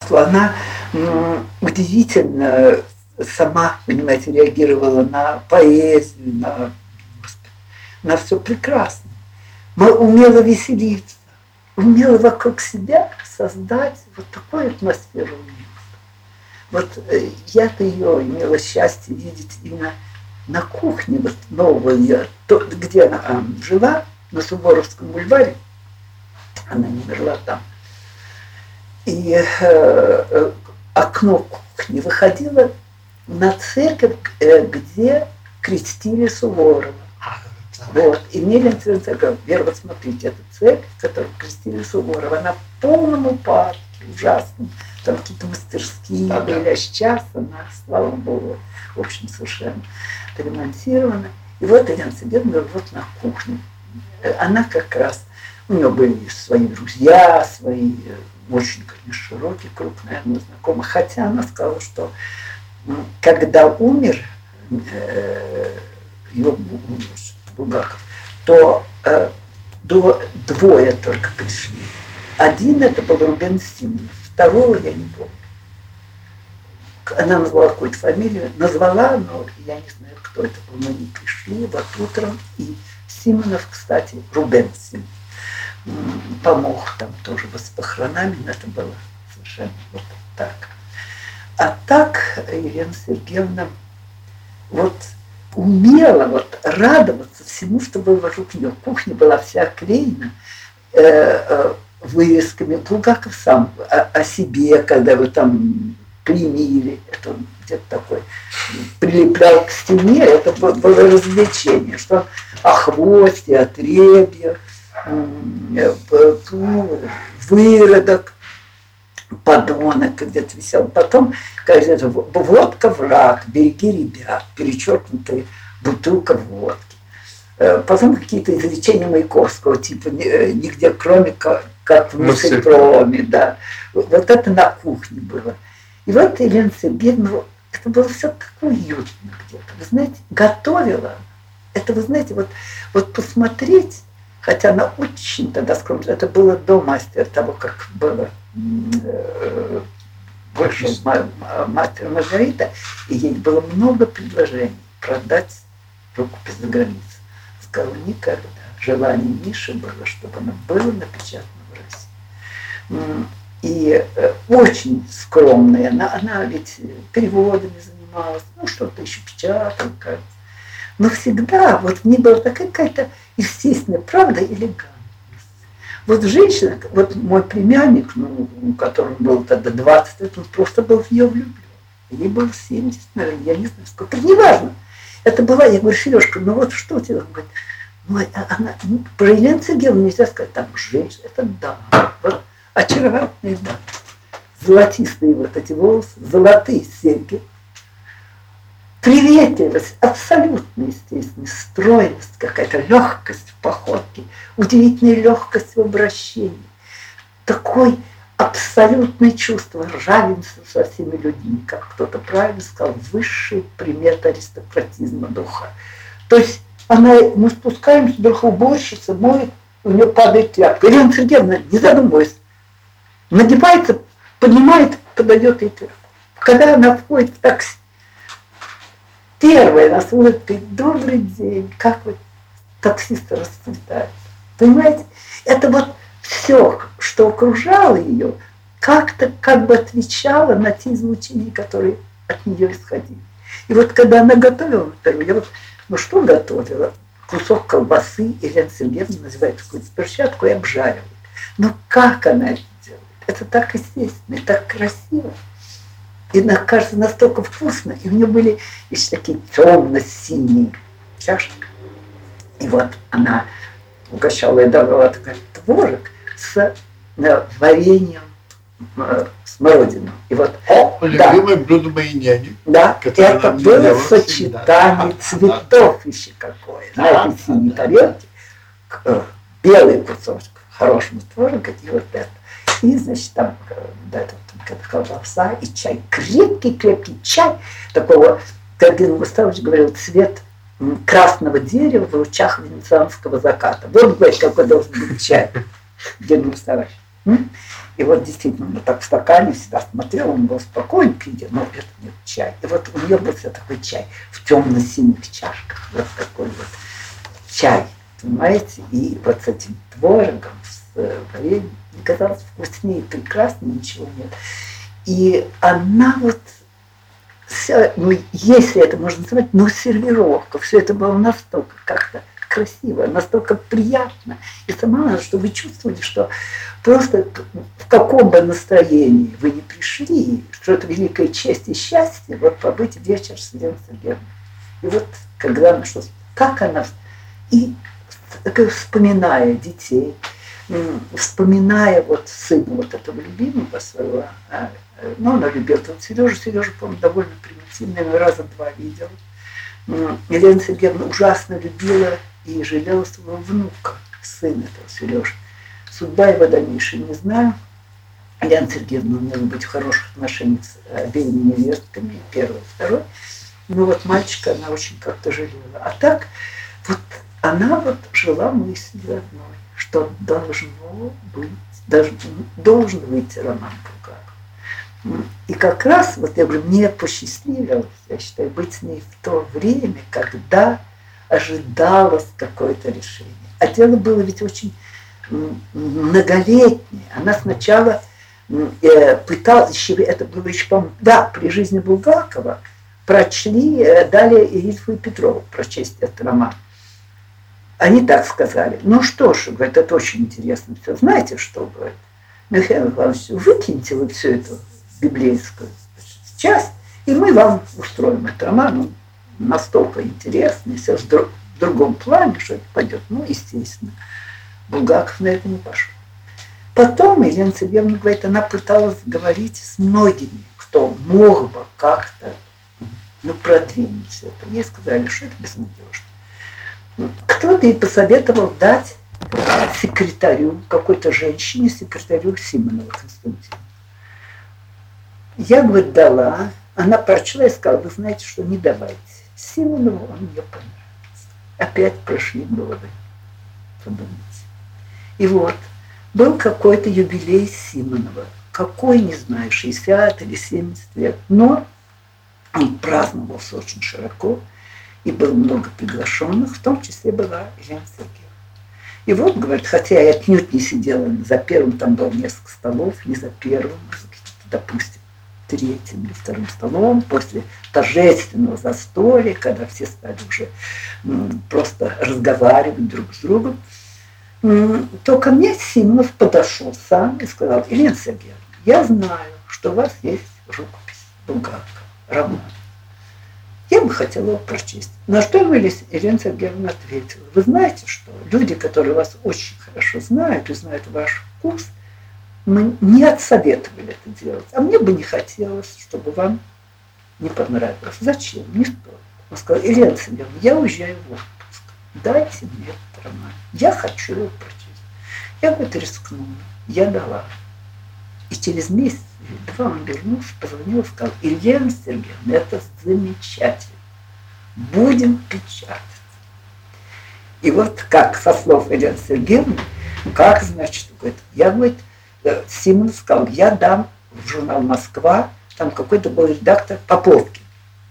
искусство, она удивительно сама, понимаете, реагировала на поэзию, на все прекрасно. Умела веселиться, умела вокруг себя создать вот такую атмосферу уюта. Вот я-то ее имела счастье видеть именно на кухне, вот новой, где она жила, на Суворовском бульваре. Она не умерла там. И окно кухни выходило на церковь, где крестили Суворова. Вот. И Мелинцев говорит: Вера, вот смотрите, это церковь, в которой крестили Суворова. Она в полном упадке, ужасном. Там какие-то мастерские были, а сейчас она, слава Богу, в общем, совершенно ремонтирована. И вот Елена Сергеевна вот на кухне. Она как раз, у нее были свои друзья, свои очень, конечно, широкий круг, наверное, знакомых. Хотя она сказала, что когда умер ее муж Булгаков, то двое только пришли. Один это был Рубен Симонов, второго я не помню. Она назвала какую-то фамилию, назвала, но я не знаю, кто это был, но они пришли вот утром, и Симонов, кстати, Рубен Симонов, помог там тоже с похоронами, но это было совершенно вот так. А так Елена Сергеевна вот умела вот радоваться всему, что было вокруг нее. Кухня была вся оклеена вырезками. Булгаков сам о себе, когда его там клеймили, это он где-то такой прилеплял к стене, это было развлечение, что о хвосте, о требье, выродок, подонок где-то висел. Потом, кажется, водка враг, береги ребят, перечеркнутая бутылка водки. Потом какие-то изречения Маяковского, типа нигде кроме как в мыслепроме, да. Вот это на кухне было. И вот Елена Сергеевна, это было все так уютно где-то. Вы знаете, готовила. Это, вы знаете, вот посмотреть, хотя она очень тогда скромная, это было до мастера, того, как было вышел мастер Маргарита, и ей было много предложений продать рукопись за границу. Сказала, никогда. Желание Миши было, чтобы она была напечатана в России. И очень скромная, она ведь переводами занималась, что-то еще печатала, кажется. Но всегда вот в ней была такая какая-то естественная правда, элегантность. Вот женщина, вот мой племянник, которому было тогда 20 лет, он просто был в нее влюблен. Ей было 70, наверное, я не знаю сколько, это не важно. Это была, я говорю, Сережка, вот что у тебя? Он говорит, она, про Елену Сергеевну нельзя сказать, там женщина, это дама, вот, очаровательная дама. Золотистые вот эти волосы, золотые серьги. Приветливость, абсолютно естественная, стройность, какая-то легкость в походке, удивительная легкость в обращении, такое абсолютное чувство равенства со всеми людьми, как кто-то правильно сказал, высший примет аристократизма духа. То есть мы спускаемся, вдруг уборщица моет, у нее падает тряпка. Елена Сергеевна, не задумываясь, нагибается, поднимает, подает ей тряпку. Когда она входит в такси, первая нас улыбкой, добрый день, как вот таксисты расцветают. Понимаете, это вот все, что окружало ее, как-то как бы отвечало на те излучения, которые от нее исходили. И вот когда она готовила, я что готовила? Кусок колбасы, Елена Сергеевна называет какую-то перчатку и обжаривает. Но как она это делает? Это так естественно и так красиво. И она кажется настолько вкусно. И у нее были еще такие темно-синие чашки. И вот она угощала и давала такой творог с вареньем смородину. И вот, любимое блюдо моей няни. Да, это было сочетание цветов еще какое. На этой синей тарелке белый кусочек хорошего творога и вот это. И, значит, там колбаса и чай. Крепкий чай. Такого, как Гена Густавович говорил, цвет красного дерева в лучах венецианского заката. Вот, говорит, какой должен быть чай. Гена Густавович. И вот действительно, он так в стакане всегда смотрел, он был спокоен, пьет, но это нет чай. И вот у нее был все такой чай в темно-синих чашках, вот такой вот чай, понимаете, и вот с этим творогом, с вареньем, мне казалось вкуснее, прекраснее, ничего нет. И она вот, вся, ну, если это можно назвать, но сервировка, все это было настолько как-то красиво, настолько приятно. И сама, что вы чувствовали, что просто в каком бы настроении вы ни пришли, что это великая честь и счастье, вот побыть вечер с Еленой Сергеевной. И вот когда она что, как она, и вспоминая детей, вспоминая вот сына вот этого любимого своего, ну, она любила вот Сережу, по-моему, довольно примитивно, я раза два видела. Елена Сергеевна ужасно любила и жалела своего внука, сына этого Сережи. Судьба его дальнейшая не знаю. Елена Сергеевна умела быть в хороших отношениях с обеими невестками, первой и второй. Но вот мальчика она очень как-то жалела. А так, вот она вот жила мыслью одной, что должен выйти роман Булгаков. И как раз, вот я говорю, мне посчастливилось, я считаю, быть с ней в то время, когда ожидалось какое-то решение. А дело было ведь очень многолетнее. Она сначала пыталась, еще, это было еще, по-моему, да, при жизни Булгакова, прочли, дали Ильфу и Петрову прочесть этот роман. Они так сказали, ну что ж, говорит, это очень интересно все. Знаете, что, говорит, Михаил Иванович, выкиньте вы всю эту библейскую часть, и мы вам устроим этот роман. Он настолько интересный, все в другом плане, что это пойдет. Ну, естественно, Булгаков на это не пошел. Потом Елена Сергеевна говорит, она пыталась говорить с многими, кто мог бы как-то продвинуть все это. Ей сказали, что это безнадежно. Кто-то ей посоветовал дать секретарю, какой-то женщине, секретарю Симонова Константину. Я, говорит, дала. Она прочла и сказала, вы знаете, что не давайте. Симонову он мне понравится. Опять прошли годы. Подумайте. И вот, был какой-то юбилей Симонова. Какой, не знаю, 60 или 70 лет. Но он праздновался очень широко. И было много приглашенных, в том числе была Елена Сергеевна. И вот, говорит, хотя я отнюдь не сидела за первым, там было несколько столов, не за первым, допустим, третьим или вторым столом, после торжественного застолья, когда все стали уже просто разговаривать друг с другом, то ко мне Симонов подошел сам и сказал, Елена Сергеевна, я знаю, что у вас есть рукопись Булгакова, роман. Я бы хотела его прочесть. На что Елена Сергеевна ответила, вы знаете, что люди, которые вас очень хорошо знают и знают ваш вкус, мы не отсоветовали это делать. А мне бы не хотелось, чтобы вам не понравилось. Зачем? Не стоит. Он сказал, Елена Сергеевна, я уезжаю в отпуск. Дайте мне этот роман. Я хочу его прочесть. Я бы это рискнула. Я дала. И через месяц или два он вернулся, позвонил и сказал, Елена Сергеевна, это замечательно. Будем печатать. И вот как со слов Елены Сергеевны, как, значит, говорит, я, говорит, Симон сказал, я дам в журнал «Москва», там какой-то был редактор Поповкин.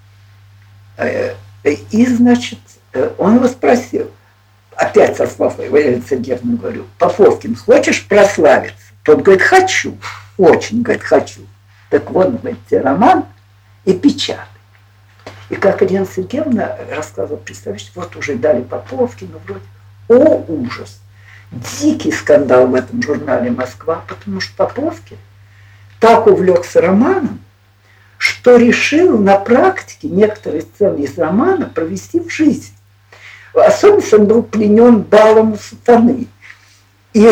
И, значит, он его спросил, опять со слов Елены Сергеевны говорю, Поповкин, хочешь прославиться? Тот говорит, хочу, очень, говорит, хочу. Так вот, говорит, тебе роман и печатай. И как Елена Сергеевна рассказывала, представляете, вот уже дали Поповкину вроде, о, ужас! Дикий скандал в этом журнале «Москва», потому что Поповкин так увлекся романом, что решил на практике некоторые сцены из романа провести в жизнь. Особенно он был пленен балом у сатаны. И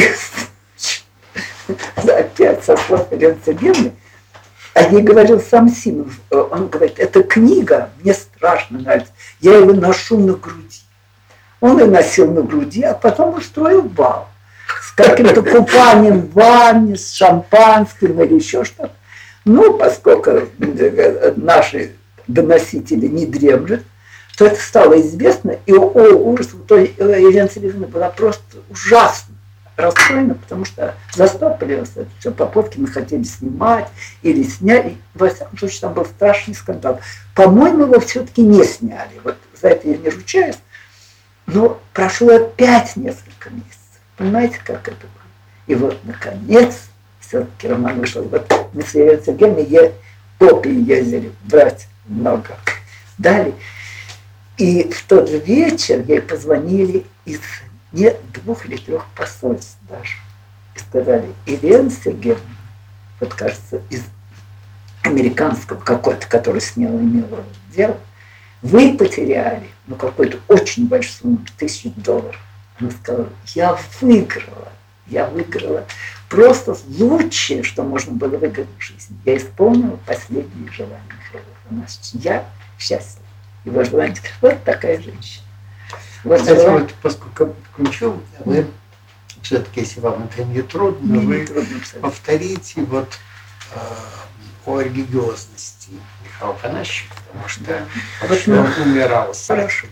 опять со слов Елены Сергеевны, о ней говорил сам Симонов. Он говорит, эта книга мне страшно нравится, я его ношу на груди. Он ее носил на груди, а потом устроил бал. С каким-то купанием в ванне, с шампанским или еще что-то. Ну, поскольку наши доносители не дремлют, то это стало известно, и, о, ужас, то Елена Сергеевна была просто ужасна. расстроена, потому что застопорилось это все, Поповкины хотели снимать или сняли. Во всяком случае, там был страшный скандал. По-моему, его все-таки не сняли. Вот за это я не ручаюсь. Но прошло опять несколько месяцев. Понимаете, как это было? И вот, наконец, все-таки роман вышел. Вот мы с Еленой Сергеевной копии ездили брать много. Дали. И в тот же вечер ей позвонили из 2 или 3 посольств даже. И сказали: Елена Сергеевна, вот кажется, из американского какой-то, который с ней имела дело, вы потеряли, какую-то очень большую сумму, $1000. Она сказала: я выиграла просто лучшее, что можно было выиграть в жизни. Я исполнила последнее желание Михаила Афанасьевича. Я счастлива. Его желание. Вот такая женщина. Вот, поскольку включил, вы все-таки, если вам это не трудно, вы повторите о религиозности Михаила Афанасьевича, потому что он умирал. Хорошо.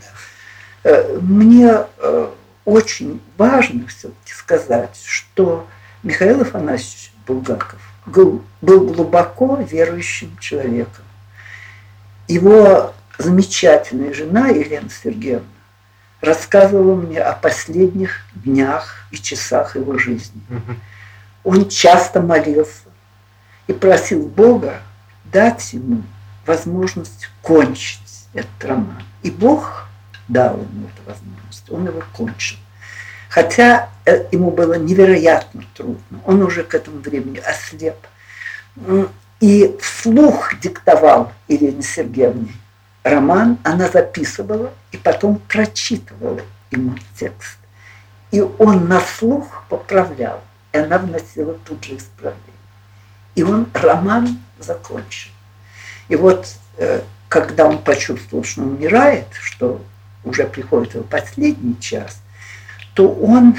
Мне очень важно все-таки сказать, что Михаил Афанасьевич Булгаков был глубоко верующим человеком. Его замечательная жена Елена Сергеевна рассказывала мне о последних днях и часах его жизни. Он часто молился и просил Бога дать ему возможность кончить этот роман. И Бог дал ему эту возможность, он его кончил. Хотя ему было невероятно трудно, он уже к этому времени ослеп. И вслух диктовал Елене Сергеевне роман, она записывала и потом прочитывала ему текст. И он на слух поправлял, и она вносила тут же исправление. И он роман закончил. И вот, когда он почувствовал, что он умирает, что уже приходит его последний час, то он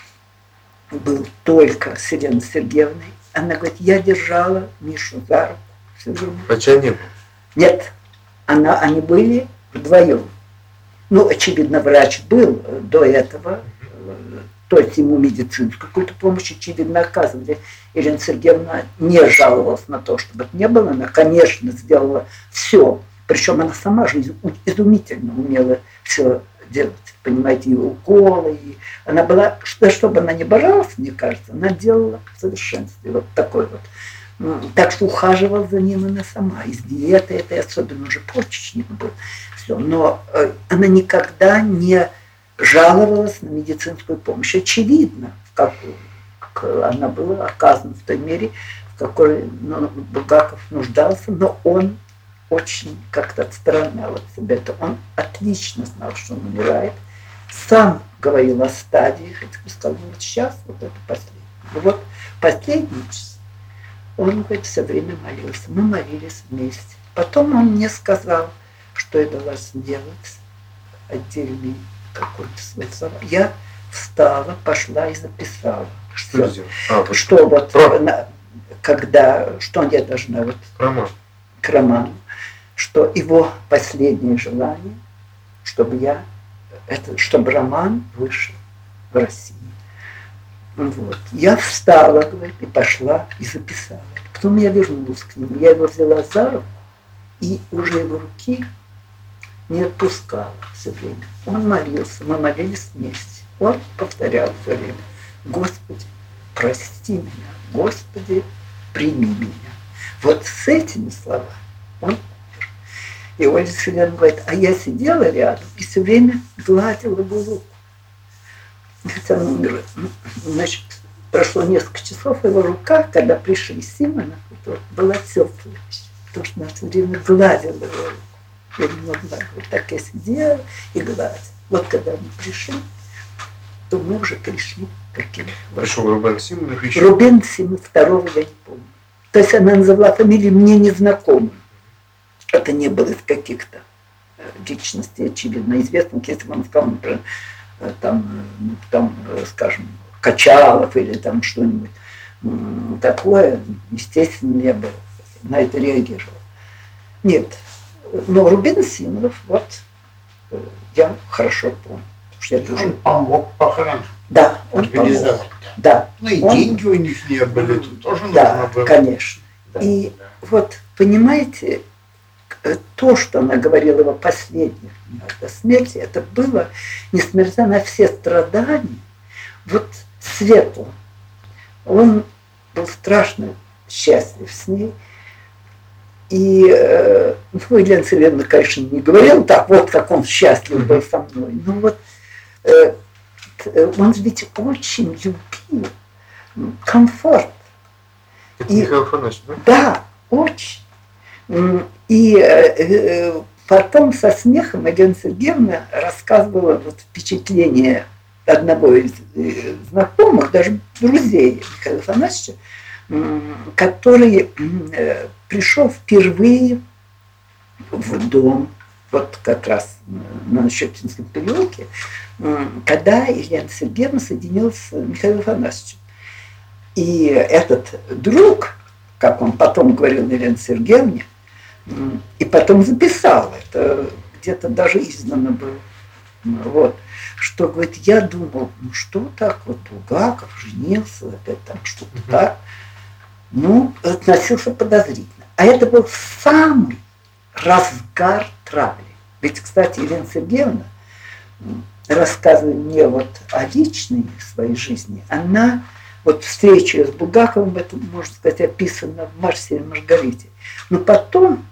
был только с Еленой Сергеевной. Она говорит: я держала Мишу за руку всю жизнь. Хотя не было. Нет, они были вдвоем. Очевидно, врач был до этого, то есть ему медицинскую какую-то помощь, очевидно, оказывали. Елена Сергеевна не жаловалась на то, чтобы это не было. Она, конечно, сделала все. Причем она сама же изумительно умела все делать. Понимаете, и уколы. И она была, чтобы она не боялась, мне кажется, она делала в совершенстве. Вот такой вот. Так что ухаживала за ним она сама. Из диеты этой, особенно уже почечник был. Все. Но она никогда не жаловалась на медицинскую помощь. Очевидно, как она была оказана в той мере, в какой Булгаков нуждался, но он очень как-то отстранял от себя это. Он отлично знал, что он умирает. Сам говорил о стадиях, и сказал: вот сейчас вот это последнее. Вот последний час. Он, говорит, все время молился. Мы молились вместе. Потом он мне сказал, что я должна делать отдельный какой-то свой слова. Я встала, пошла и записала. Что вот, когда, что я должна вот к роману, что его последнее желание, чтобы роман вышел в России. Вот. Я встала, говорит, и пошла и записала. Потом я вернулась к нему, я его взяла за руку, и уже его руки не отпускала все время. Он молился, мы молились вместе. Он повторял все время: Господи, прости меня, Господи, прими меня. Вот с этими словами он умер. И Ольга Сергеевна говорит: а я сидела рядом и все время гладила его руку. Хотя он умер. Значит, прошло несколько часов, его рука, когда пришли Симона, была теплая, потому что она все время гладила его руку. Я не могла, вот так я сидела и гладила. Вот когда мы пришли, то мы уже пришли к каким-то. Пришел Рубен Симонов. Рубен Симонов, второго я не помню. То есть она называла фамилию мне незнакомую. Это не было из каких-то личностей, очевидно, известных, если бы он сказал, например, там, скажем, Качалов или там что-нибудь такое, естественно, не было. На это реагировал. Нет. Но Рубен Симонов, вот, я хорошо помню. Потому что я тоже... Он помог похоронам. Да, он помог. Да. Ну и деньги у них не были, тут тоже да, нужно было. Конечно. Да. И вот, понимаете, то, что она говорила его последних днях до смерти, это было, несмотря на все страдания, вот светло. Он был страшно счастлив с ней. И Елена Сергеевна, конечно, не говорила так, вот как он счастлив был со мной. Но вот он ведь очень любил комфорт. Это Михаил Афанасьевич, да? Да, очень. И потом со смехом Елена Сергеевна рассказывала вот впечатление одного из знакомых, даже друзей Михаила Афанасьевича, который пришел впервые в дом, вот как раз на Щепкинском переулке, когда Елена Сергеевна соединилась с Михаилом Афанасьевичем. И этот друг, как он потом говорил Елене Сергеевне, и потом записал, это где-то даже издано было, вот, что, говорит, я думал, ну что так, вот Булгаков женился, опять там что-то так, ну, относился подозрительно. А это был самый разгар травли. Ведь, кстати, Елена Сергеевна, рассказывая мне вот о личной своей жизни, она, вот встреча с Булгаковым, это, можно сказать, описано в «Марсе и Маргарите». Но потом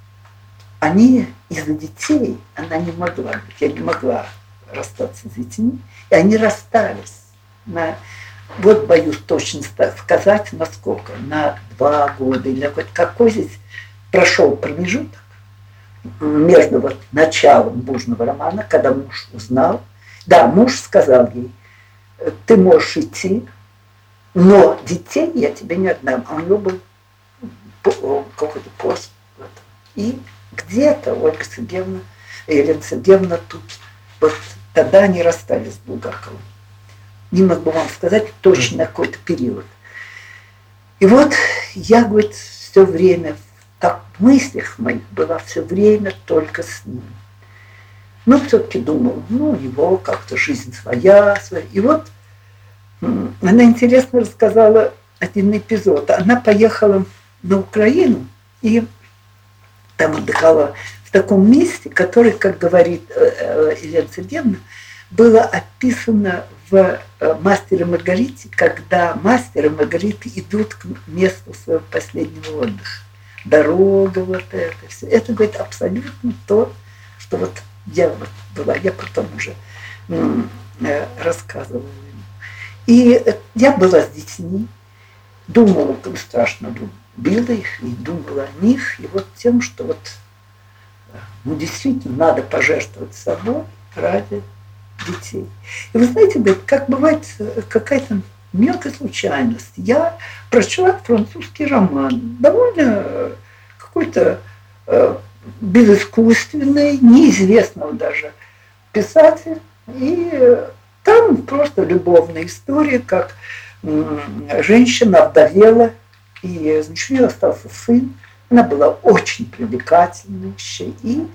они из-за детей, она не могла, я не могла расстаться с детьми, и они расстались на, вот боюсь точно сказать, на сколько, на 2 года, или какой здесь прошел промежуток между вот началом «Бужного романа», когда муж узнал, да, муж сказал ей, ты можешь идти, но детей я тебе не отдам. А у него был какой-то пост. И где-то Ольга Сергеевна, Елена Сергеевна тут, вот тогда они расстались с Булгаковым. Не могу вам сказать точно какой-то период. И вот я, говорит, все время, так в мыслях моих была все время только с ним. Но все-таки думал, ну, у него как-то жизнь своя. И вот она интересно рассказала один эпизод. Она поехала на Украину и там отдыхала в таком месте, которое, как говорит Елена Сергеевна, было описано в «Мастере и Маргарите», когда мастер и Маргарита идут к месту своего последнего отдыха. Дорога вот это все. Это, говорит, абсолютно то, что вот я вот была, я потом уже рассказывала ему. И я была с детьми, думала, как страшно любила их, и думала о них, и вот тем, что вот, ну, действительно, надо пожертвовать собой ради детей. И вы знаете, как бывает какая-то мелкая случайность. Я прочла французский роман, довольно какой-то безыскусственный, неизвестного даже писателя. И там просто любовная история, как женщина овдовела, и значит, у нее остался сын. Она была очень привлекательной и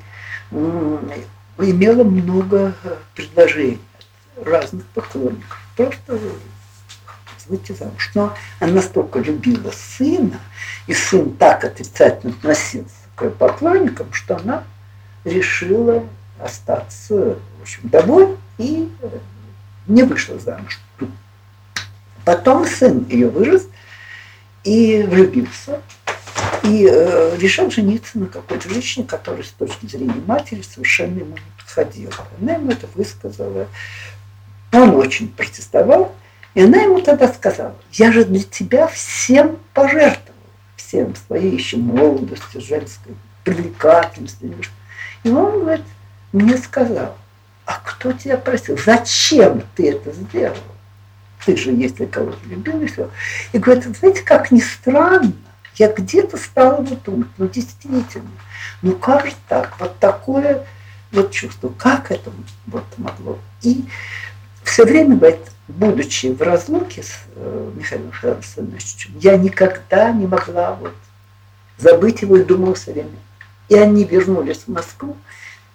имела много предложений от разных поклонников. Просто выйти замуж. Но она настолько любила сына, и сын так отрицательно относился к поклонникам, что она решила остаться, в общем, домой и не вышла замуж. Потом сын ее вырос и влюбился, и решил жениться на какой-то женщине, которая с точки зрения матери совершенно ему не подходила. Она ему это высказала. Он очень протестовал, и она ему тогда сказала, я же для тебя всем пожертвовала, всем своей еще молодостью, женской привлекательностью. И он, говорит, мне сказал, а кто тебя просил, зачем ты это сделала? Ты же, если кого-то любил, и все. И говорит, знаете, как ни странно, я где-то стала вот думать, ну действительно, ну как же так, вот такое вот чувство, как это вот могло. И все время, говорит, будучи в разлуке с Михаилом Афанасьевичем, я никогда не могла вот забыть его и думала все время. И они вернулись в Москву,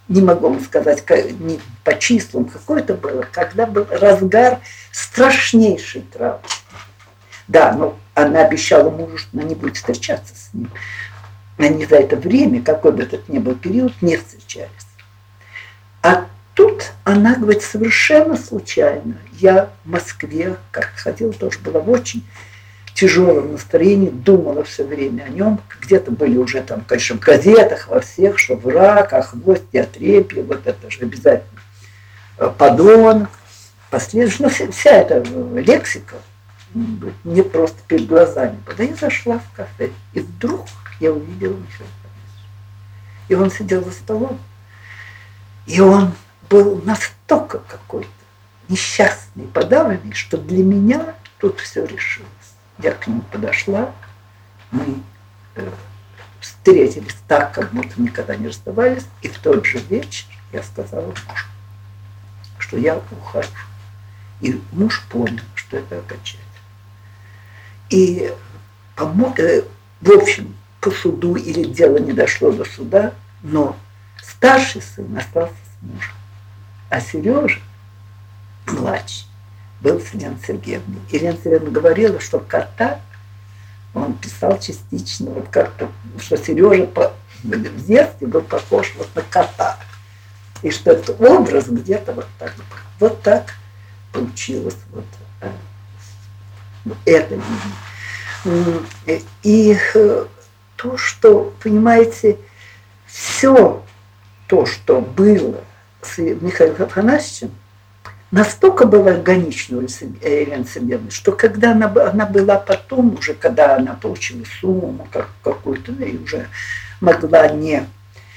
не могу вам сказать не по числам, какое это было, когда был разгар страшнейшей травмы. Да, но она обещала мужу, что она не будет встречаться с ним. Они за это время, какой бы этот ни был период, не встречались. А тут она говорит, совершенно случайно. Я в Москве, как ходила, тоже была в очень тяжелом настроении, думала все время о нем. Где-то были уже там, конечно, в газетах, во всех, что враг, охвост, диатрепия, вот это же обязательно подонок, последовательно. Ну, вся эта лексика мне просто перед глазами. Когда я зашла в кафе, и вдруг я увидела Михаила Афанасьевича. И он сидел за столом, и он был настолько какой-то несчастный, подавленный, что для меня тут все решилось. Я к нему подошла, мы встретились так, как будто никогда не расставались, и в тот же вечер я сказала мужу, что я ухожу. И муж понял, что это окончательно. И, в общем, по суду или дело не дошло до суда, но старший сын остался с мужем, а Сережа, младший, был с Еленой Сергеевной. Елена Сергеевна говорила, что кота он писал частично, вот как-то, что Сережа в детстве был похож вот на кота. И что этот образ где-то вот так получилось. Вот это. И то, что, понимаете, все то, что было с Михаилом Афанасьевичем, настолько было органично у Елены Сергеевны, что когда она была потом, уже когда она получила сумму какую-то, и уже могла не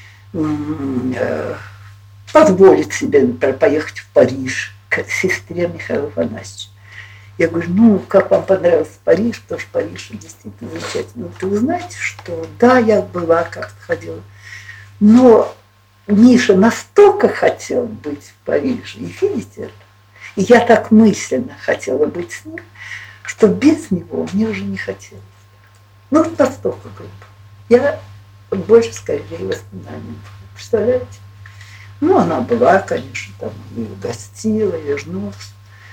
позволить себе, например, поехать в Париж к сестре Михаила Афанасьевича. Я говорю, ну, как вам понравился Париж, потому что Париж действительно замечательно. Вы знаете, что да, я была, как-то ходила, но Миша настолько хотел быть в Париже, и видите это, и я так мысленно хотела быть с ним, что без него мне уже не хотелось. Ну, настолько грубо. Я больше, скорее, воспоминаний. Представляете? Ну, она была, конечно, там ее гостила, ее вернулась.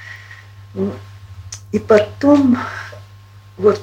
И потом вот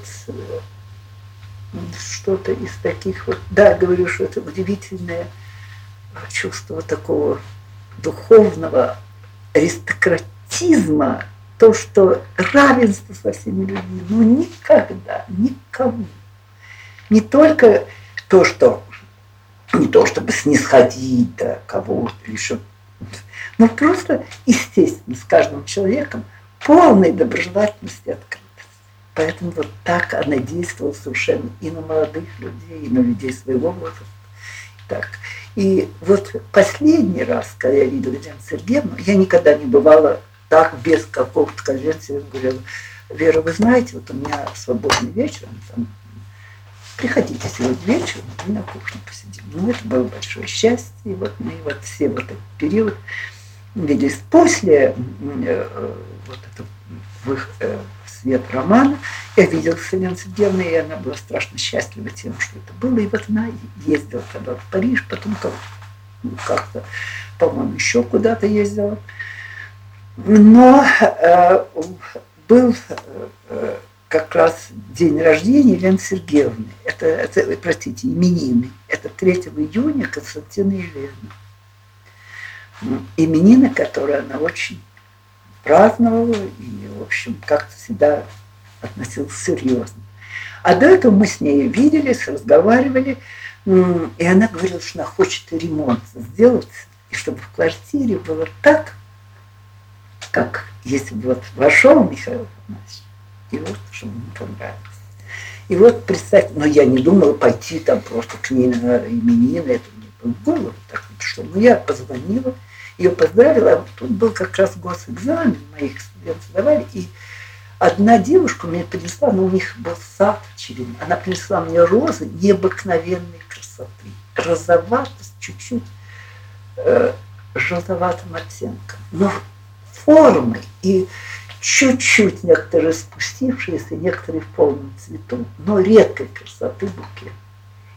что-то из таких вот, да, говорю, что это удивительное чувство такого духовного аристократизма, то, что равенство со всеми людьми, ну никогда, никому. Не только то, что, не то чтобы снисходить до кого-то или что-то, но просто, естественно, с каждым человеком полной доброжелательности и открытости. Поэтому вот так она действовала совершенно и на молодых людей, и на людей своего возраста. Так. И вот последний раз, когда я видела Елену Сергеевну, я никогда не бывала так без какого-то, когда Елена Сергеевна говорила, Вера, вы знаете, вот у меня свободный вечер, там, приходите сегодня вечером, мы на кухне посидим. Ну, это было большое счастье, и вот мы вот все вот этот период виделись после вот этого свет романа. Я видела с Еленой Сергеевной, и она была страшно счастлива тем, что это было. И вот она ездила тогда в Париж, потом как-то, по-моему, еще куда-то ездила. Но был как раз день рождения Елены Сергеевны. Это, простите, именины. Это 3 июня Константина Елены. Именины, которые она очень праздновала и, в общем, как-то всегда относилась серьезно. А до этого мы с ней виделись, разговаривали, и она говорила, что она хочет ремонт сделать, и чтобы в квартире было так, как если бы вот вошел Михаил Афанасьевич, и вот, чтобы ему понравилось. И вот, представьте, но я не думала пойти там просто к ней на именины, это мне было в голову, так что, ну, я позвонила, ее поздравила, а тут был как раз госэкзамен, моих студентов сдавали, и одна девушка мне принесла, но у них был сад очевидно, она принесла мне розы необыкновенной красоты, розоватость, чуть-чуть желтоватым оттенком, но формой и чуть-чуть некоторые спустившиеся, некоторые в полном цвету, но редкой красоты букет.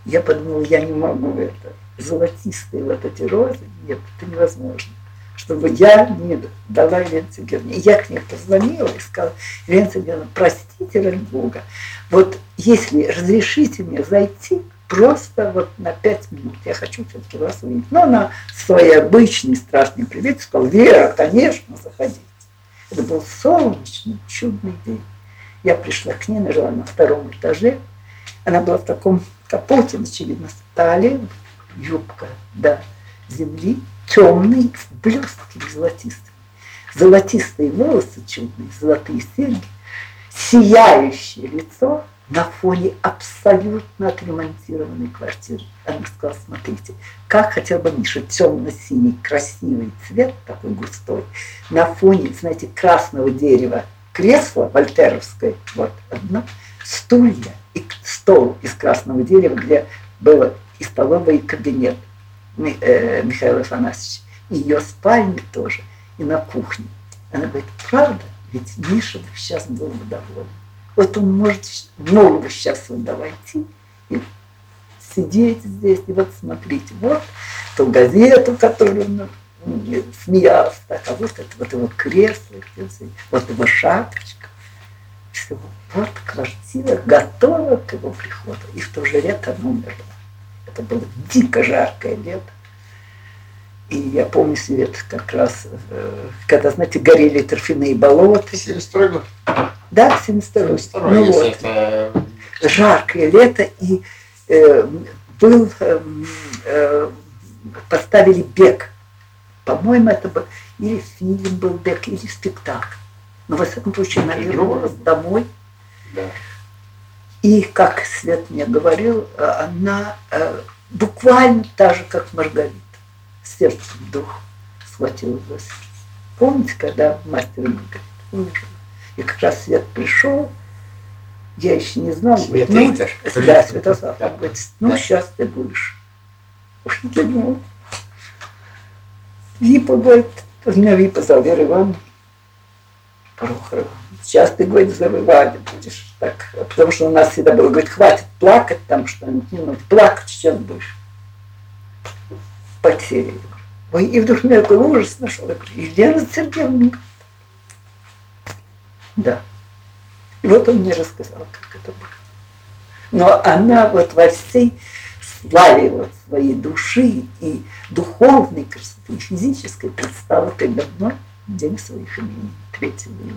Я подумала, я не могу это. Золотистые вот эти розы, нет, это невозможно. Чтобы я не дала Елене Сергеевне. И я к ней позвонила и сказала: Елена Сергеевна, простите, ради Бога, вот если разрешите мне зайти просто вот на 5 минут, я хочу все-таки вас увидеть. Но она свой обычный страшный привет сказала: Вера, конечно, заходите. Это был солнечный, чудный день. Я пришла к ней, она жила на 2-м этаже. Она была в таком капоте, очевидно, стали, юбка до земли, темный, с блестками золотистыми. Золотистые волосы чудные, золотые серьги, сияющее лицо на фоне абсолютно отремонтированной квартиры. Она сказала: смотрите, как хотел бы Миша, темно-синий, красивый цвет, такой густой, на фоне, знаете, красного дерева, кресло вольтеровское, вот одно, стулья и стол из красного дерева, где было и столовый кабинет Михаила Афанасьевича, и ее спальня тоже, и на кухне. Она говорит: правда? Ведь Миша сейчас был бы доволен. Вот он мог бы сейчас сюда войти и сидеть здесь, и вот смотрите, вот ту газету, которую он смеялся, так, а вот это вот его кресло, вот его шапочка. Все, вот квартира готова к его приходу. И в то же лето она умерла. Это было дико жаркое лето. И я помню свет как раз, когда, знаете, горели торфяные болота. 72 год. Да, 72-й. Ну вот. Это... Жаркое лето, и поставили «Бег». По-моему, это был или фильм был «Бег», или спектакль. Но, во всяком случае, она вернулась домой. Да. И, как Свет мне говорил, она буквально так же, как Маргарита. Сердце вдруг схватило за сердце. Помните, когда мастер Маргарита умерла? И как раз Свет пришел, я еще не знала. Свет Рихтер? Да, Святослав. Он говорит: ну, сейчас ты будешь. Я думала, Випа, говорит, меня Випа зовут, Вера Ивановна Прохорова. Сейчас ты, говорит, завывать будешь. Так. Потому что у нас всегда было, говорит, хватит плакать, там что-нибудь не нужно. Плакать сейчас будешь. Потери. Ой, и вдруг меня такой ужас нашел. Я говорю: Елена Сергеевна. Да. И вот он мне рассказал, как это было. Но она вот во всей славе вот своей души и духовной красоты, и физической предстала передо мной в день своих имений, 3 июня.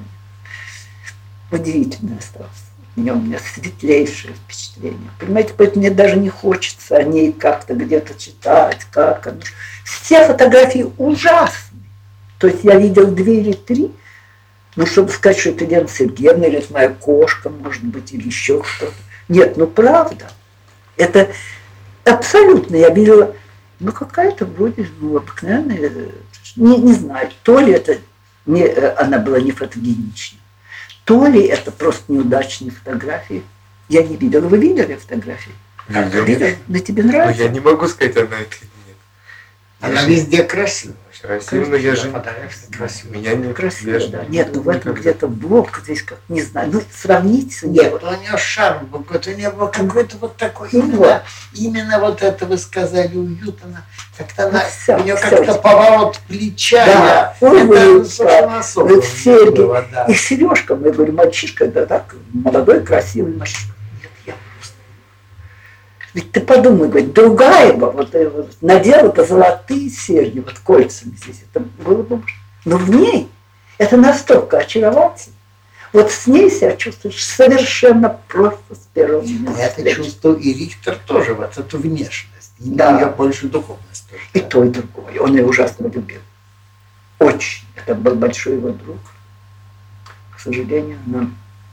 Удивительно осталось. У меня светлейшее впечатление. Понимаете, поэтому мне даже не хочется о ней как-то где-то читать, как она. Все фотографии ужасные. То есть я видел 2 или 3, ну, чтобы сказать, что это Елена Сергеевна, или это моя кошка, может быть, или еще что-то. Нет, ну правда. Это абсолютно, я видела, ну какая-то вроде, ну, обыкновенная, не знаю, то ли это она была не фотогенична, то ли это просто неудачные фотографии. Я не видела. Вы видели фотографии? Видел? Да тебе нравится? Ну, я не могу сказать, она это или нет. Она везде красивая. Красиво, но я же... Меня не красиво, да. Нет, ну в этом где-то блок, здесь как, не знаю, ну сравните. Нет, у нее шарм какой-то, у нее был какой-то вот такой, именно вот это вы сказали, уютно. Как-то она, у нее как-то поворот плеча. Да, это совершенно особо. Серьги. Да. И Сережка, мы говорим, мальчишка, да так, молодой, красивый мальчишка. Нет, я просто... Ведь ты подумай, говорит, другая бы вот надела-то золотые серьги, вот кольцами здесь, это было бы... Но в ней это настолько очаровательно. Вот с ней себя чувствуешь совершенно просто с первого дня. Это чувствовал и Рихтер тоже, вот эту внешность. И да. Ее больше духовность тоже. И то, и другое. Он ее ужасно любил. Очень. Это был большой его друг. К сожалению, она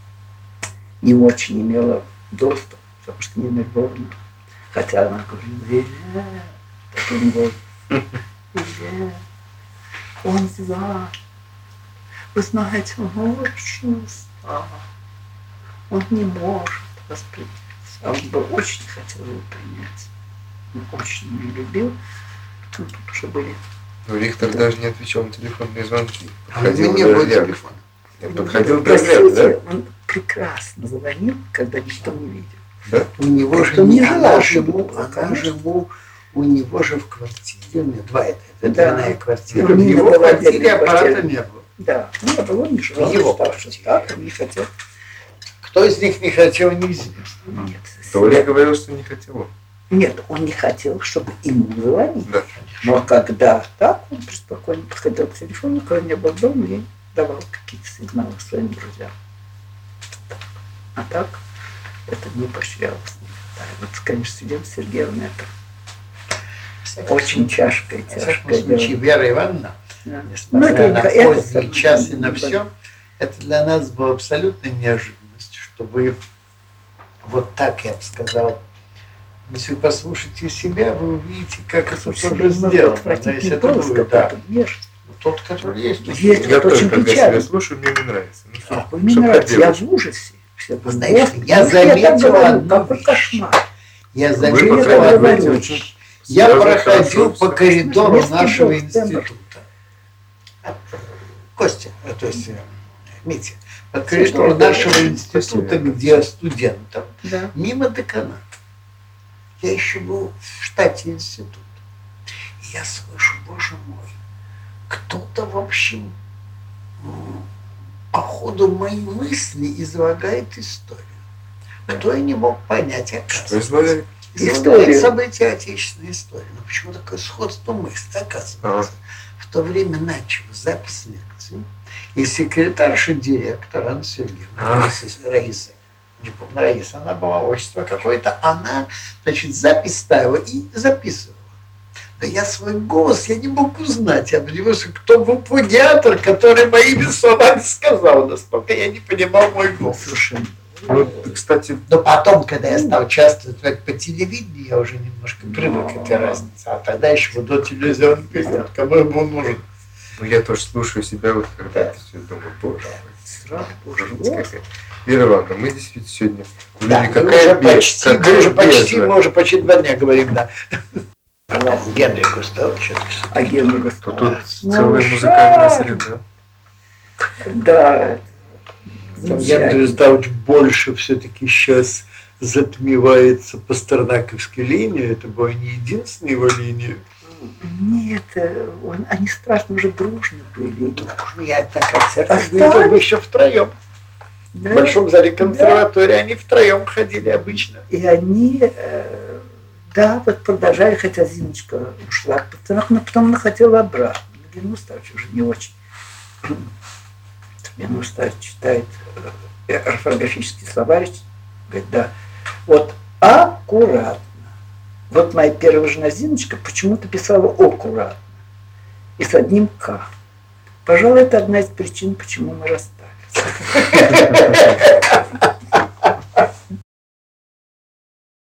не очень имела доступ, потому что не любовно. Хотя она говорила, таким голосом, он звал. Вы знаете, он очень устал. Он не может вас принять. А он бы очень хотел его принять. Он очень не любил. Тут уже были. Ну, Рихтер даже не отвечал на телефонные звонки. У него не было телефона. Подходил к Дроздяку, да? Он прекрасно звонил, когда никто не видел. Да? У него Так же что не она желал, же чтобы ему, было, она конечно. же ему, у него же в квартире, у него два это Да. двойная квартира. У В него его была квартире отдельная аппарата квартира. не было. Да, не было, он не желал. Его оставшись квартире. так, он не хотел. Кто из них не хотел, неизвестно. Нет, Толя говорил, что не хотел. нет, он не хотел, чтобы ему звонить. Да. Но когда так, он преспокойно подходил к телефону, когда не был дома, и давал какие-то сигналы своим друзьям. А так, это не поощрялось. Вот, конечно, с Еленой Сергеевной это очень тяжкое, В всяком тяжкое случае, дело. Вера Ивановна, Да. несмотря на это поздний час и на все, это для нас было абсолютной неожиданностью, что вы вот так, я бы сказал, если вы послушаете себя, вы увидите, как это тоже сделано. Но если это будет, да, тот, который есть. Есть. Я Это тоже, очень когда печально. себя слушаю, мне не нравится. Ну, что, Ой, мне что нравится, я поделать? в ужасе. Все Вы знаете, Господи, я ну, так заметил говорю, одну какой вещь. кошмар. Я Вы, заметил по крайней одну мере, вещь. очень Я связаны проходил хорошо по с- коридору Вместе нашего был тембр. института. Костя, то есть Митя, по коридору нашего института, где студентов, Да. мимо деканата. Я еще был в штате института. И я слышу, боже мой, кто-то, в общем, по ходу моей мысли излагает историю. Кто я не мог понять, Что оказывается. излагали? Историю. Излагает события отечественной истории. Но почему такое сходство мысли, оказывается? В то время началась запись лекции, и секретарша директора Анна Сергеевна, Раиса, не помню, Раиса, она была отчество какое-то, она, значит, запись ставила и записывала. Но я свой голос, я не мог узнать, я понимаю, что кто был плагиатор, который моими словами сказал, насколько я не понимал мой голос. Совершенно. Ну, кстати, Но потом, когда я стал участвовать по телевидению, я уже немножко привык к этой разнице. А тогда еще до телевизионный газет, кому я был нужен. ну, я тоже слушаю себя, вот когда это все думаю, боже мой. Сразу, боже Жуть мой. какая. Вера Ивановна, мы действительно сегодня Да, увидели, мы какая уже почти, бездна, мы уже почти 2 дня говорим, да. Генри Густавович, А Генри то тут Ну, целая жаль. музыкальная среда. Да. Генри Густавович больше все-таки сейчас затмевается пастернаковской линией. Это была не единственная его линия. Нет, они страшно уже дружны были. Я на концертах Остались? видел, вы еще втроем. Да. В Большом зале консерватории они втроем ходили обычно. И они, да, вот продолжали, хотя Зиночка ушла к Пастернаку, но потом она хотела обратно. Генри Густавович уже не очень. Генри Густавович читает орфографический словарь, говорит, да, вот аккуратно. Вот моя первая жена Зиночка почему-то писала аккуратно и с одним «к». Пожалуй, это одна из причин, почему мы расстались.